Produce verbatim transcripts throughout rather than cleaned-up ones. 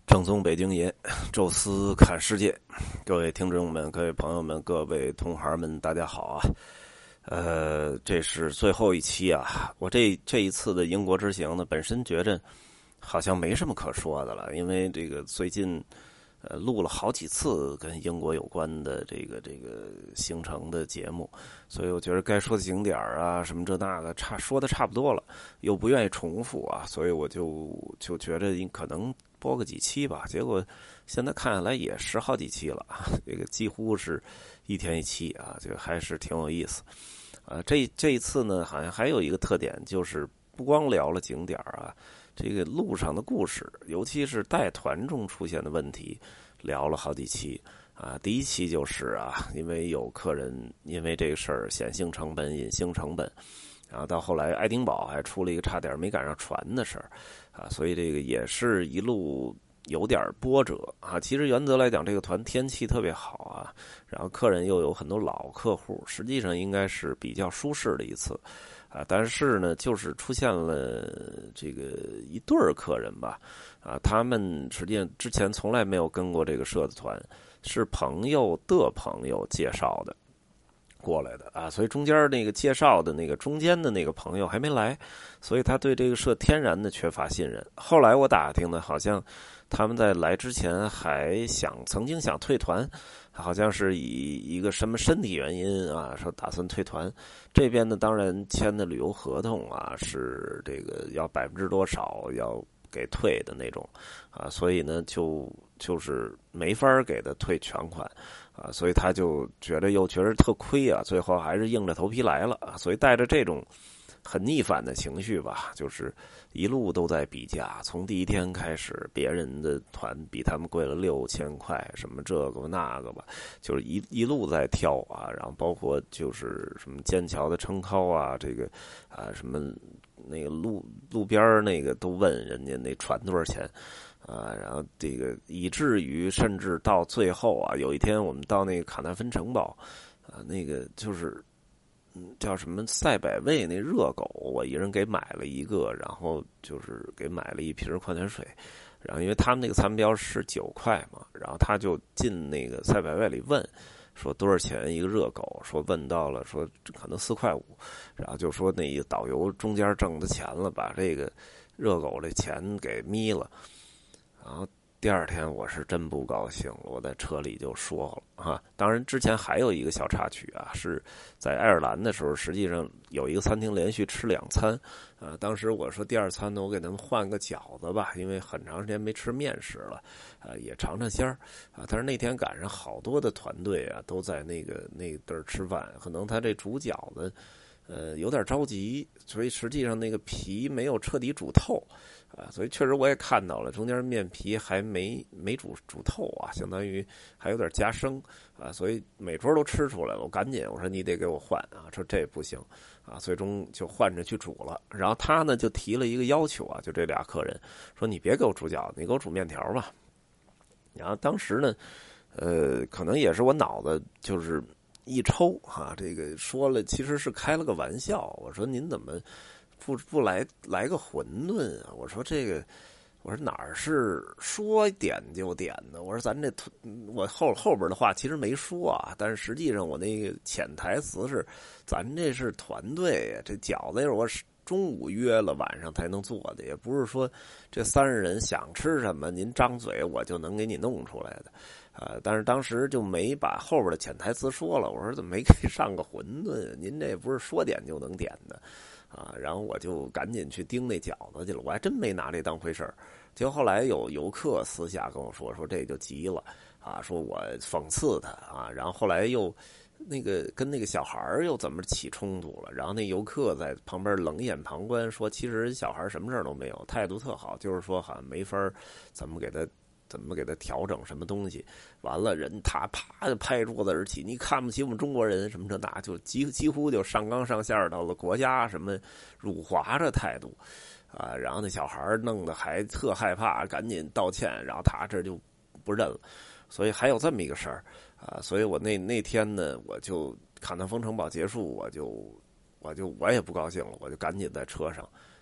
正宗北京爷，宙斯看世界。各位听众们，各位朋友们，各位同行们，大家好啊！呃，这是最后一期啊。我这这一次的英国之行呢，本身觉着好像没什么可说的了，因为这个最近呃录了好几次跟英国有关的这个这个行程的节目，所以我觉得该说的景点啊什么这那个差说的差不多了，又不愿意重复啊，所以我就就觉得可能播个几期吧。结果现在看下来也十好几期了啊，这个几乎是一天一期啊，这个还是挺有意思。啊，这这一次呢，好像还有一个特点，就是不光聊了景点啊，这个路上的故事，尤其是带团中出现的问题，聊了好几期啊。第一期就是啊，因为有客人因为这个事儿显性成本、隐性成本，然后到后来爱丁堡还出了一个差点没赶上船的事儿啊，所以这个也是一路有点波折啊。其实原则来讲，这个团天气特别好啊，然后客人又有很多老客户，实际上应该是比较舒适的一次啊。但是呢，就是出现了这个一对儿客人吧，啊，他们实际上之前从来没有跟过这个社的团，是朋友的朋友介绍的过来的啊，所以中间那个介绍的那个中间的那个朋友还没来，所以他对这个社天然的缺乏信任。后来我打听呢，好像他们在来之前还想曾经想退团，好像是以一个什么身体原因啊，说打算退团。这边呢，当然签的旅游合同啊，是这个要百分之多少要给退的那种啊，所以呢，就就是没法给他退全款啊，所以他就觉得又觉得特亏啊，最后还是硬着头皮来了啊，所以带着这种很逆反的情绪吧，就是一路都在比价，从第一天开始，别人的团比他们贵了六千块，什么这个那个吧，就是一一路在挑啊，然后包括就是什么剑桥的称号啊，这个啊什么那个路路边那个都问人家那船多少钱。啊，然后这个以至于甚至到最后啊，有一天我们到那个卡纳芬城堡，啊，那个就是嗯叫什么赛百味那热狗，我一人给买了一个，然后就是给买了一瓶矿泉水，然后因为他们那个餐标是九块嘛，然后他就进那个赛百味里问。说多少钱一个热狗？说问到了，说可能四块五，然后就说那个导游中间挣的钱了，把这个热狗这钱给眯了。然后第二天我是真不高兴了，我在车里就说了啊。当然之前还有一个小插曲啊，是在爱尔兰的时候，实际上有一个餐厅连续吃两餐，啊，当时我说第二餐呢，我给他们换个饺子吧，因为很长时间没吃面食了，啊，也尝尝鲜儿啊。但是那天赶上好多的团队啊，都在那个那地儿吃饭，可能他这煮饺子。呃，有点着急，所以实际上那个皮没有彻底煮透，啊，所以确实我也看到了，中间面皮还没没煮煮透啊，相当于还有点加生啊，所以每桌都吃出来了，我赶紧我说你得给我换啊，说这不行啊，最终就换着去煮了。然后他呢就提了一个要求啊，就这俩客人说你别给我煮饺子，你给我煮面条吧。然后当时呢，呃，可能也是我脑子就是。一抽哈、啊，这个说了其实是开了个玩笑。我说您怎么不不来来个馄饨啊？我说这个，我说哪儿是说点就点的？我说咱这我后后边的话其实没说啊，但是实际上我那个潜台词是，咱这是团队呀，这饺子是我中午约了晚上才能做的，也不是说这三十人想吃什么您张嘴我就能给你弄出来的。啊，但是当时就没把后边的潜台词说了。我说怎么没给上个馄饨？您这不是说点就能点的啊？然后我就赶紧去盯那饺子去了。我还真没拿这当回事儿。结果后来有游客私下跟我说，说这就急了啊，说我讽刺他啊。然后后来又那个跟那个小孩又怎么起冲突了？然后那游客在旁边冷眼旁观，说其实小孩什么事儿都没有，态度特好，就是说好像没法怎么给他。怎么给他调整什么东西？完了，人他啪就拍桌子而起，你看不起我们中国人什么这那，就几几乎就上纲上线到了国家什么辱华的态度啊。然后那小孩弄得还特害怕，赶紧道歉，然后他这就不认了。所以还有这么一个事儿啊。所以我那那天呢，我就卡纳封城堡结束，我就我就我也不高兴了，我就赶紧在车上。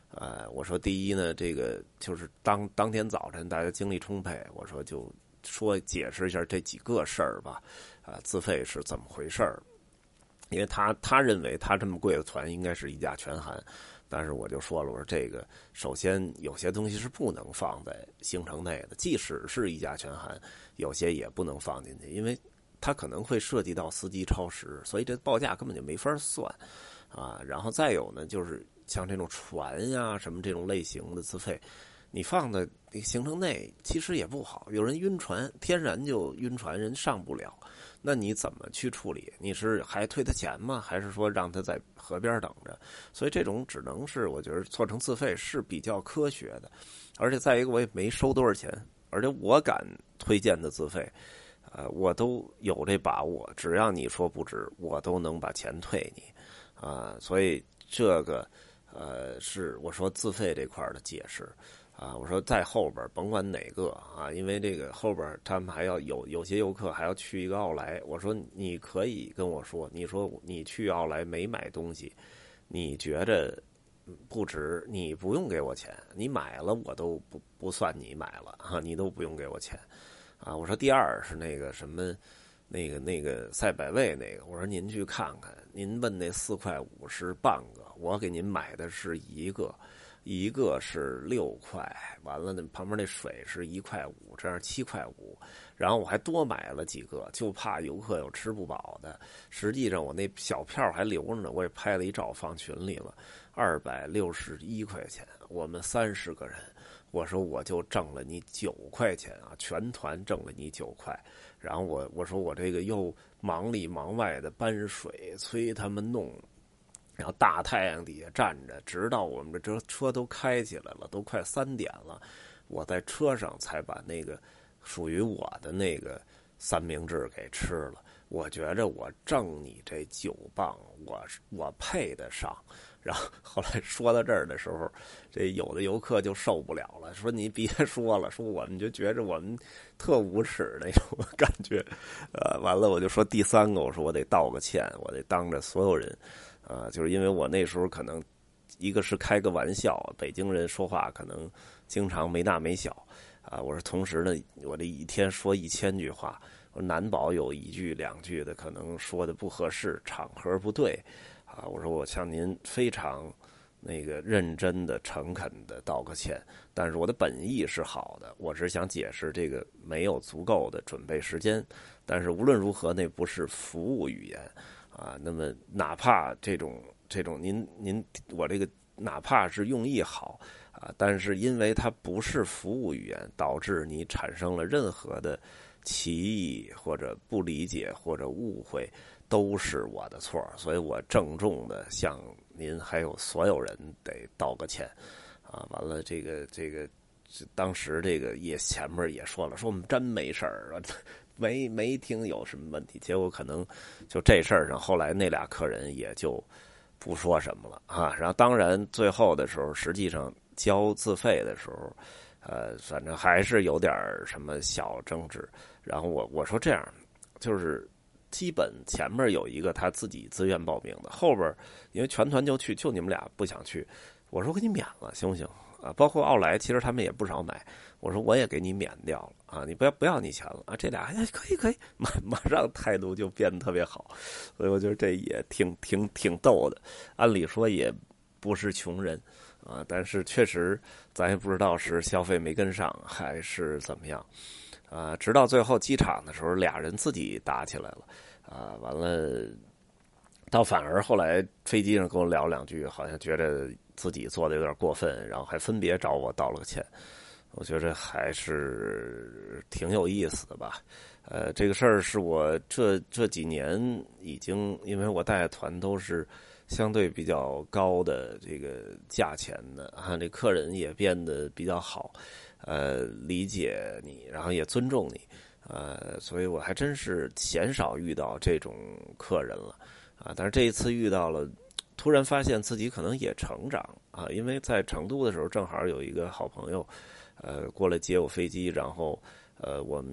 呃，我说第一呢，这个就是当当天早晨大家精力充沛，我说就说解释一下这几个事儿吧，啊、呃，自费是怎么回事儿？因为他他认为他这么贵的团应该是一价全含，但是我就说了，我说这个首先有些东西是不能放在行程内的，即使是一价全含，有些也不能放进去，因为它可能会涉及到司机超时，所以这报价根本就没法算啊。然后再有呢，就是像这种船呀什么这种类型的自费，你放在行程内其实也不好，有人晕船，天然就晕船，人上不了。那你怎么去处理？你是还退他钱吗？还是说让他在河边等着？所以这种只能是我觉得做成自费是比较科学的，而且再一个我也没收多少钱，而且我敢推荐的自费，呃，我都有这把握，只要你说不值，我都能把钱退你，啊、呃，所以这个呃是我说自费这块的解释。啊，我说在后边甭管哪个啊，因为这个后边他们还要有有些游客还要去一个奥莱，我说你可以跟我说，你说你去奥莱没买东西，你觉着不值，你不用给我钱，你买了我都不不算你买了啊，你都不用给我钱啊。我说第二是那个什么。那个那个赛百味那个，我说您去看看，您问那四块五是半个，我给您买的是一个。一个是六块，完了那旁边那水是一块五，这样七块五，然后我还多买了几个，就怕游客有吃不饱的。实际上我那小票还留着呢，我也拍了一照放群里了，二百六十一块钱，我们三十个人，我说我就挣了你九块钱啊，全团挣了你九块。然后我我说我这个又忙里忙外的搬水，催他们弄。然后大太阳底下站着，直到我们这车车都开起来了，都快三点了，我在车上才把那个属于我的那个三明治给吃了。我觉着我挣你这九磅，我我配得上。然后后来说到这儿的时候，这有的游客就受不了了，说你别说了，说我们就觉着我们特无耻那种感觉。呃，完了我就说第三个，我说我得道个歉，我得当着所有人。啊、呃，就是因为我那时候可能，一个是开个玩笑，北京人说话可能经常没大没小啊、呃。我说同时呢，我这一天说一千句话，我难保有一句两句的可能说的不合适，场合不对啊。我说我向您非常那个认真的、诚恳的道个歉，但是我的本意是好的，我只想解释这个没有足够的准备时间，但是无论如何，那不是服务语言。啊，那么哪怕这种这种您您我这个哪怕是用意好啊，但是因为它不是服务语言，导致你产生了任何的歧义或者不理解或者误会，都是我的错，所以我郑重的向您还有所有人得道个歉啊。完了，这个这个当时这个也前面也说了，说我们真没事儿啊。没没听有什么问题，结果可能就这事儿上，后来那俩客人也就不说什么了啊。然后当然最后的时候，实际上交自费的时候，呃，反正还是有点什么小争执。然后我我说这样，就是基本前面有一个他自己自愿报名的，后边因为全团就去，就你们俩不想去，我说给你免了行不行？啊，包括奥莱，其实他们也不少买。我说我也给你免掉了啊，你不要不要你钱了啊。这俩哎可以可以，马马上态度就变得特别好，所以我觉得这也挺挺挺逗的。按理说也不是穷人啊，但是确实咱也不知道是消费没跟上还是怎么样啊。直到最后机场的时候，俩人自己打起来了啊，完了。倒反而后来飞机上跟我聊两句，好像觉得自己做的有点过分，然后还分别找我道了个歉。我觉得还是挺有意思的吧。呃，这个事儿是我这这几年已经，因为我带团都是相对比较高的这个价钱的啊，这客人也变得比较好，呃，理解你，然后也尊重你，呃，所以我还真是鲜少遇到这种客人了。啊，但是这一次遇到了，突然发现自己可能也成长啊，因为在成都的时候，正好有一个好朋友，呃，过来接我飞机，然后呃，我们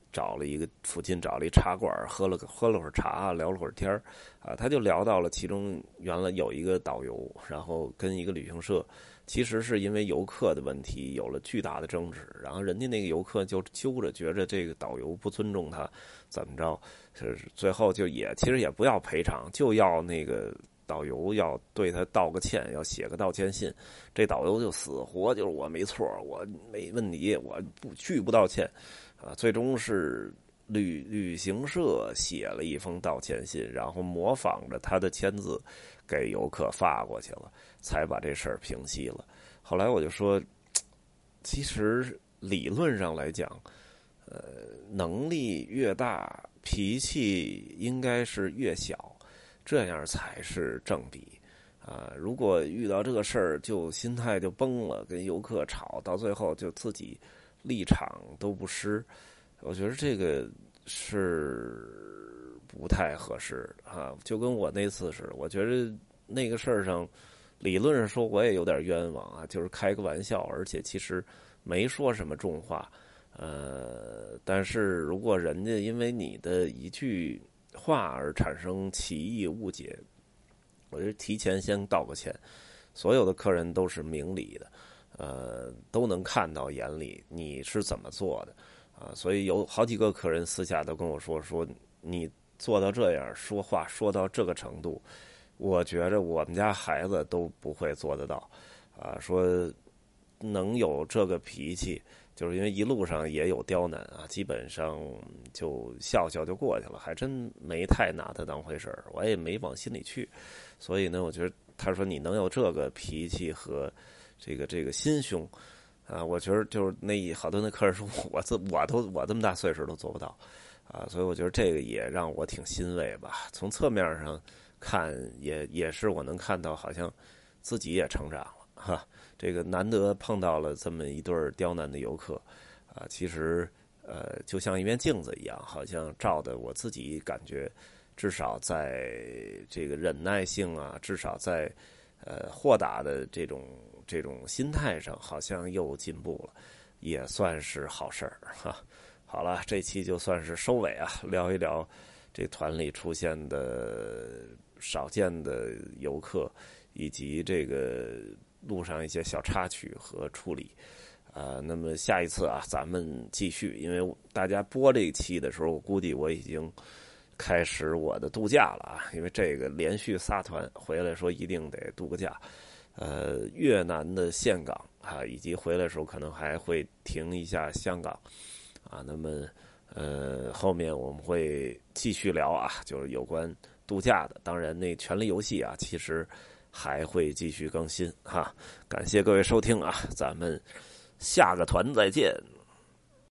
找了一个附近找了一茶馆，喝了个喝了会儿茶，聊了会儿天儿，啊，他就聊到了其中原来有一个导游，然后跟一个旅行社，其实是因为游客的问题有了巨大的争执，然后人家那个游客就揪着，觉着这个导游不尊重他，怎么着，是最后就也其实也不要赔偿，就要那个导游要对他道个歉，要写个道歉信。这导游就死活就是我没错，我没问题，我不拒不道歉。啊，最终是旅旅行社写了一封道歉信，然后模仿着他的签字给游客发过去了，才把这事儿平息了。后来我就说，其实理论上来讲，呃，能力越大，脾气应该是越小，这样才是正比。啊，如果遇到这个事儿就心态就崩了，跟游客吵，到最后就自己立场都不失，我觉得这个是不太合适啊。就跟我那次似的，我觉得那个事儿上，理论上说我也有点冤枉啊，就是开个玩笑，而且其实没说什么重话。呃，但是如果人家因为你的一句话而产生歧义误解，我觉得提前先道个歉，所有的客人都是明理的，呃，都能看到眼里你是怎么做的啊，所以有好几个客人私下都跟我说说你做到这样，说话说到这个程度，我觉着我们家孩子都不会做得到啊，说能有这个脾气。就是因为一路上也有刁难啊，基本上就笑笑就过去了，还真没太拿他当回事儿，我也没往心里去。所以呢，我觉得他说你能有这个脾气和这个这个心胸啊，我觉得就是那好多那客人说我这我都我这么大岁数都做不到啊，所以我觉得这个也让我挺欣慰吧。从侧面上看，也也是我能看到，好像自己也成长了哈。这个难得碰到了这么一对刁难的游客，啊，其实呃就像一面镜子一样，好像照的我自己感觉，至少在这个忍耐性啊，至少在呃豁达的这种这种心态上，好像又进步了，也算是好事儿哈。好了，这期就算是收尾啊，聊一聊这团里出现的少见的游客，以及这个路上一些小插曲和处理，呃，那么下一次啊，咱们继续，因为大家播这一期的时候，我估计我已经开始我的度假了啊，因为这个连续仨团回来说一定得度个假，呃，越南的岘港啊，以及回来的时候可能还会停一下香港啊，那么呃，后面我们会继续聊啊，就是有关度假的，当然那权力游戏啊，其实还会继续更新哈，感谢各位收听啊，咱们下个团再见。